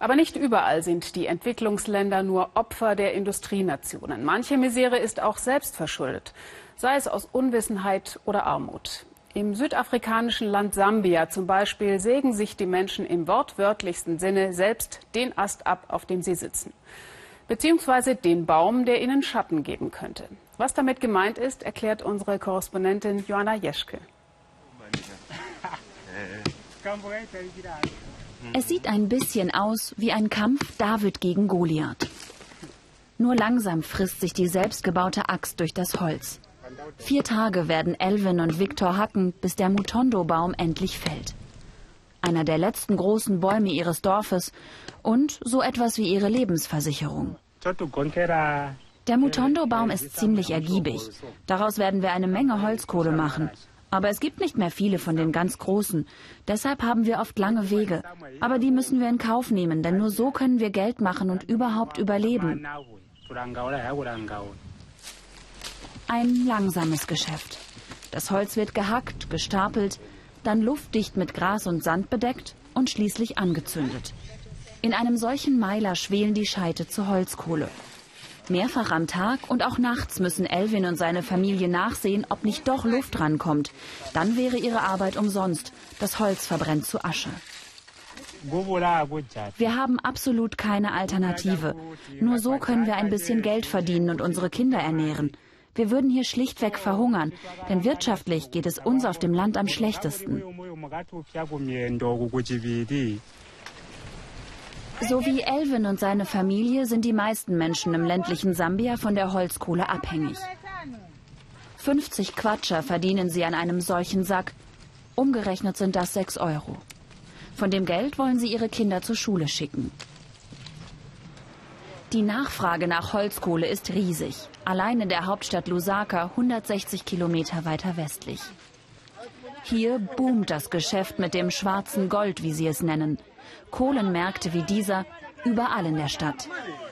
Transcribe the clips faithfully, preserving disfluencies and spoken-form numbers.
Aber nicht überall sind die Entwicklungsländer nur Opfer der Industrienationen. Manche Misere ist auch selbst verschuldet, sei es aus Unwissenheit oder Armut. Im südafrikanischen Land Sambia zum Beispiel sägen sich die Menschen im wortwörtlichsten Sinne selbst den Ast ab, auf dem sie sitzen. Beziehungsweise den Baum, der ihnen Schatten geben könnte. Was damit gemeint ist, erklärt unsere Korrespondentin Joanna Jeschke. Es sieht ein bisschen aus wie ein Kampf David gegen Goliath. Nur langsam frisst sich die selbstgebaute Axt durch das Holz. Vier Tage werden Elvin und Victor hacken, bis der Mutondo-Baum endlich fällt. Einer der letzten großen Bäume ihres Dorfes und so etwas wie ihre Lebensversicherung. Der Mutondo-Baum ist ziemlich ergiebig. Daraus werden wir eine Menge Holzkohle machen. Aber es gibt nicht mehr viele von den ganz Großen. Deshalb haben wir oft lange Wege. Aber die müssen wir in Kauf nehmen, denn nur so können wir Geld machen und überhaupt überleben. Ein langsames Geschäft. Das Holz wird gehackt, gestapelt, dann luftdicht mit Gras und Sand bedeckt und schließlich angezündet. In einem solchen Meiler schwelen die Scheite zur Holzkohle. Mehrfach am Tag und auch nachts müssen Elvin und seine Familie nachsehen, ob nicht doch Luft rankommt. Dann wäre ihre Arbeit umsonst. Das Holz verbrennt zu Asche. Wir haben absolut keine Alternative. Nur so können wir ein bisschen Geld verdienen und unsere Kinder ernähren. Wir würden hier schlichtweg verhungern, denn wirtschaftlich geht es uns auf dem Land am schlechtesten. So wie Elvin und seine Familie sind die meisten Menschen im ländlichen Sambia von der Holzkohle abhängig. fünfzig Kwatscher verdienen sie an einem solchen Sack. Umgerechnet sind das sechs Euro. Von dem Geld wollen sie ihre Kinder zur Schule schicken. Die Nachfrage nach Holzkohle ist riesig. Allein in der Hauptstadt Lusaka, hundertsechzig Kilometer weiter westlich. Hier boomt das Geschäft mit dem schwarzen Gold, wie sie es nennen. Kohlenmärkte wie dieser überall in der Stadt.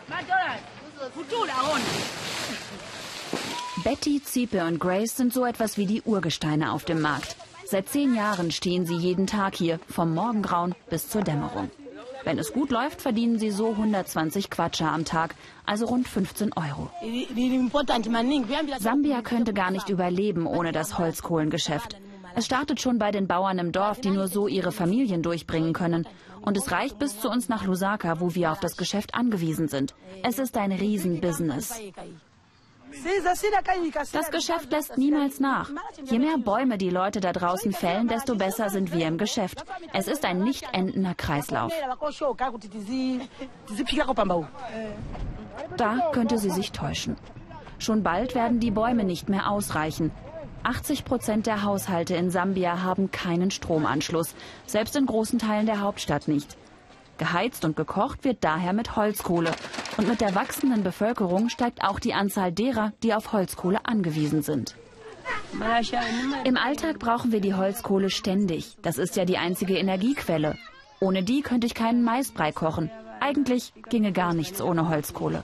Betty, Zipe und Grace sind so etwas wie die Urgesteine auf dem Markt. Seit zehn Jahren stehen sie jeden Tag hier, vom Morgengrauen bis zur Dämmerung. Wenn es gut läuft, verdienen sie so hundertzwanzig Kwatscher am Tag, also rund fünfzehn Euro. Sambia könnte gar nicht überleben ohne das Holzkohlengeschäft. Es startet schon bei den Bauern im Dorf, die nur so ihre Familien durchbringen können. Und es reicht bis zu uns nach Lusaka, wo wir auf das Geschäft angewiesen sind. Es ist ein Riesenbusiness. Das Geschäft lässt niemals nach. Je mehr Bäume die Leute da draußen fällen, desto besser sind wir im Geschäft. Es ist ein nicht endender Kreislauf. Da könnte sie sich täuschen. Schon bald werden die Bäume nicht mehr ausreichen. achtzig Prozent der Haushalte in Sambia haben keinen Stromanschluss, selbst in großen Teilen der Hauptstadt nicht. Geheizt und gekocht wird daher mit Holzkohle. Und mit der wachsenden Bevölkerung steigt auch die Anzahl derer, die auf Holzkohle angewiesen sind. Im Alltag brauchen wir die Holzkohle ständig. Das ist ja die einzige Energiequelle. Ohne die könnte ich keinen Maisbrei kochen. Eigentlich ginge gar nichts ohne Holzkohle.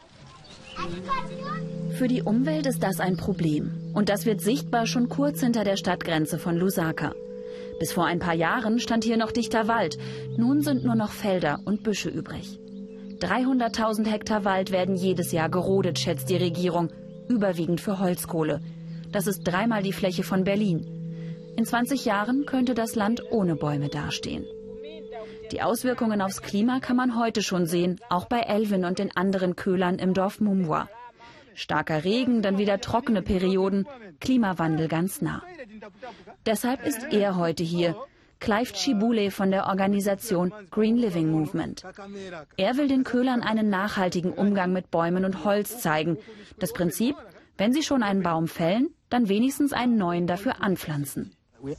Für die Umwelt ist das ein Problem. Und das wird sichtbar schon kurz hinter der Stadtgrenze von Lusaka. Bis vor ein paar Jahren stand hier noch dichter Wald. Nun sind nur noch Felder und Büsche übrig. dreihunderttausend Hektar Wald werden jedes Jahr gerodet, schätzt die Regierung. Überwiegend für Holzkohle. Das ist dreimal die Fläche von Berlin. In zwanzig Jahren könnte das Land ohne Bäume dastehen. Die Auswirkungen aufs Klima kann man heute schon sehen, auch bei Elvin und den anderen Köhlern im Dorf Mumwa. Starker Regen, dann wieder trockene Perioden, Klimawandel ganz nah. Deshalb ist er heute hier, Clive Chibule von der Organisation Green Living Movement. Er will den Köhlern einen nachhaltigen Umgang mit Bäumen und Holz zeigen. Das Prinzip, wenn sie schon einen Baum fällen, dann wenigstens einen neuen dafür anpflanzen.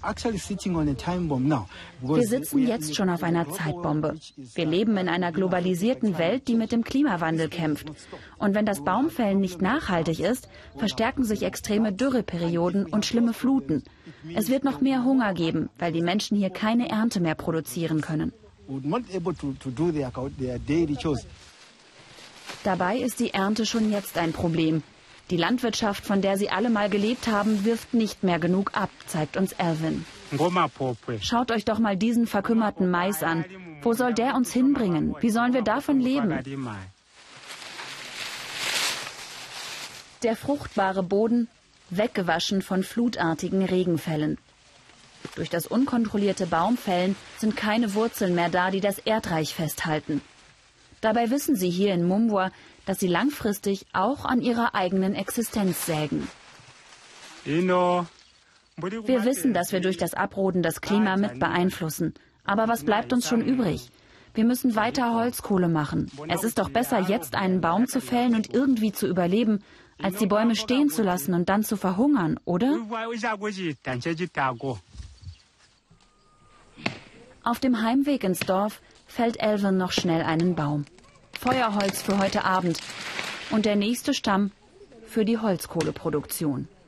Wir sitzen jetzt schon auf einer Zeitbombe. Wir leben in einer globalisierten Welt, die mit dem Klimawandel kämpft. Und wenn das Baumfällen nicht nachhaltig ist, verstärken sich extreme Dürreperioden und schlimme Fluten. Es wird noch mehr Hunger geben, weil die Menschen hier keine Ernte mehr produzieren können. Dabei ist die Ernte schon jetzt ein Problem. Die Landwirtschaft, von der sie alle mal gelebt haben, wirft nicht mehr genug ab, zeigt uns Elvin. Schaut euch doch mal diesen verkümmerten Mais an. Wo soll der uns hinbringen? Wie sollen wir davon leben? Der fruchtbare Boden, weggewaschen von flutartigen Regenfällen. Durch das unkontrollierte Baumfällen sind keine Wurzeln mehr da, die das Erdreich festhalten. Dabei wissen sie hier in Mumbwa, dass sie langfristig auch an ihrer eigenen Existenz sägen. Wir wissen, dass wir durch das Abroden das Klima mit beeinflussen. Aber was bleibt uns schon übrig? Wir müssen weiter Holzkohle machen. Es ist doch besser, jetzt einen Baum zu fällen und irgendwie zu überleben, als die Bäume stehen zu lassen und dann zu verhungern, oder? Auf dem Heimweg ins Dorf fällt Elvin noch schnell einen Baum. Feuerholz für heute Abend und der nächste Stamm für die Holzkohleproduktion.